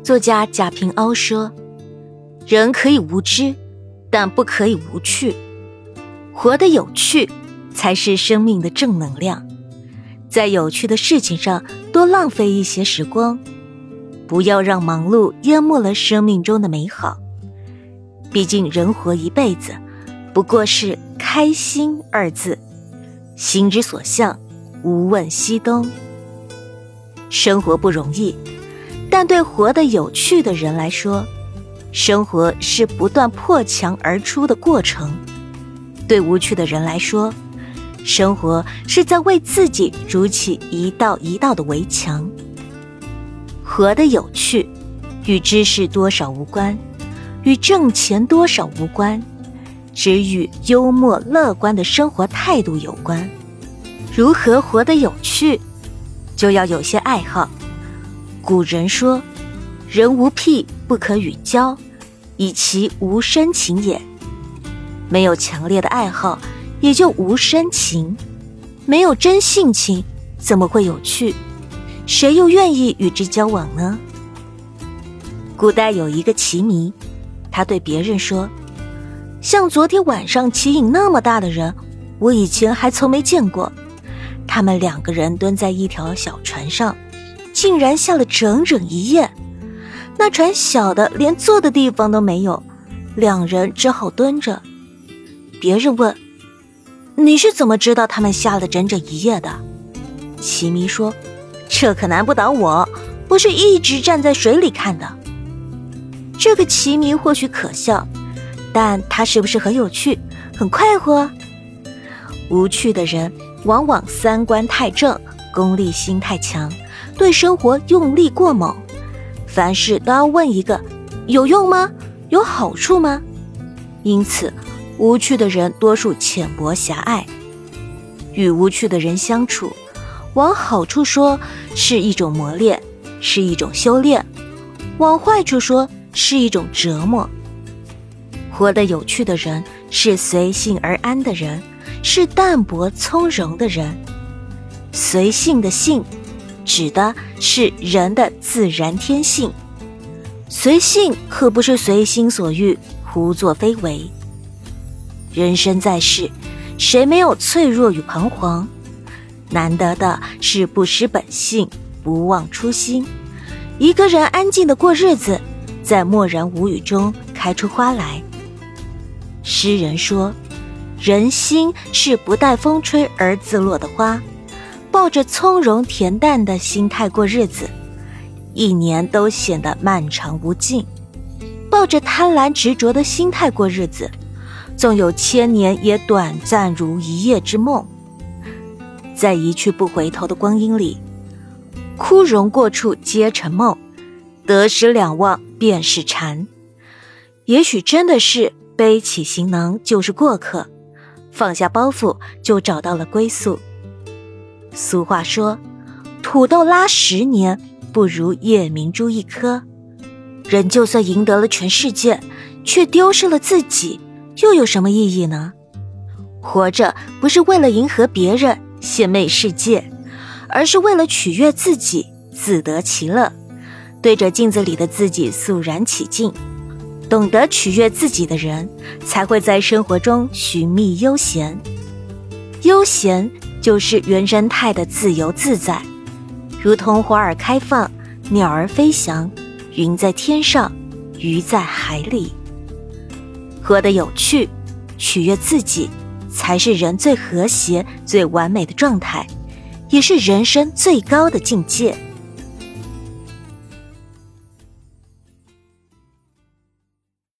作家贾平凹说，人可以无知，但不可以无趣。活得有趣才是生命的正能量，在有趣的事情上多浪费一些时光，不要让忙碌淹没了生命中的美好。毕竟人活一辈子，不过是开心二字，心之所向，无问西东。生活不容易，但对活得有趣的人来说，生活是不断破墙而出的过程。对无趣的人来说，生活是在为自己筑起一道一道的围墙。活得有趣，与知识多少无关，与挣钱多少无关，只与幽默乐观的生活态度有关。如何活得有趣，就要有些爱好。古人说，人无癖不可与交，以其无深情也。没有强烈的爱好，也就无深情。没有真性情，怎么会有趣？谁又愿意与之交往呢？古代有一个棋迷，他对别人说，像昨天晚上棋瘾那么大的人，我以前还从没见过。他们2个人蹲在一条小船上，竟然下了整整一夜。那船小的连坐的地方都没有，2人只好蹲着。别人问，你是怎么知道他们下了整整一夜的？棋迷说，这可难不倒我，我是一直站在水里看的。这个棋迷或许可笑，但他是不是很有趣，很快活？无趣的人往往三观太正，功利心太强，对生活用力过猛，凡事都要问一个有用吗？有好处吗？因此无趣的人多数浅薄狭隘。与无趣的人相处，往好处说是一种磨练，是一种修炼；往坏处说是一种折磨。活得有趣的人是随性而安的人，是淡泊从容的人。随性的性指的是人的自然天性，随性可不是随心所欲胡作非为。人生在世，谁没有脆弱与彷徨？难得的是不失本性，不忘初心。一个人安静地过日子，在默然无语中开出花来。诗人说，人心是不待风吹而自落的花，抱着从容恬淡的心态过日子，一年都显得漫长无尽；抱着贪婪执着的心态过日子，纵有1000年也短暂如一夜之梦。在一去不回头的光阴里，枯荣过处皆成梦，得失两忘便是禅。也许真的是背起行囊就是过客，放下包袱就找到了归宿。俗话说，土豆拉10年不如夜明珠一颗。人就算赢得了全世界，却丢失了自己，又有什么意义呢？活着不是为了迎合别人献媚世界，而是为了取悦自己，自得其乐，对着镜子里的自己肃然起敬。懂得取悦自己的人，才会在生活中寻觅悠闲。悠闲就是原生态的自由自在，如同花儿开放，鸟儿飞翔，云在天上，鱼在海里。活得有趣，取悦自己，才是人最和谐、最完美的状态，也是人生最高的境界。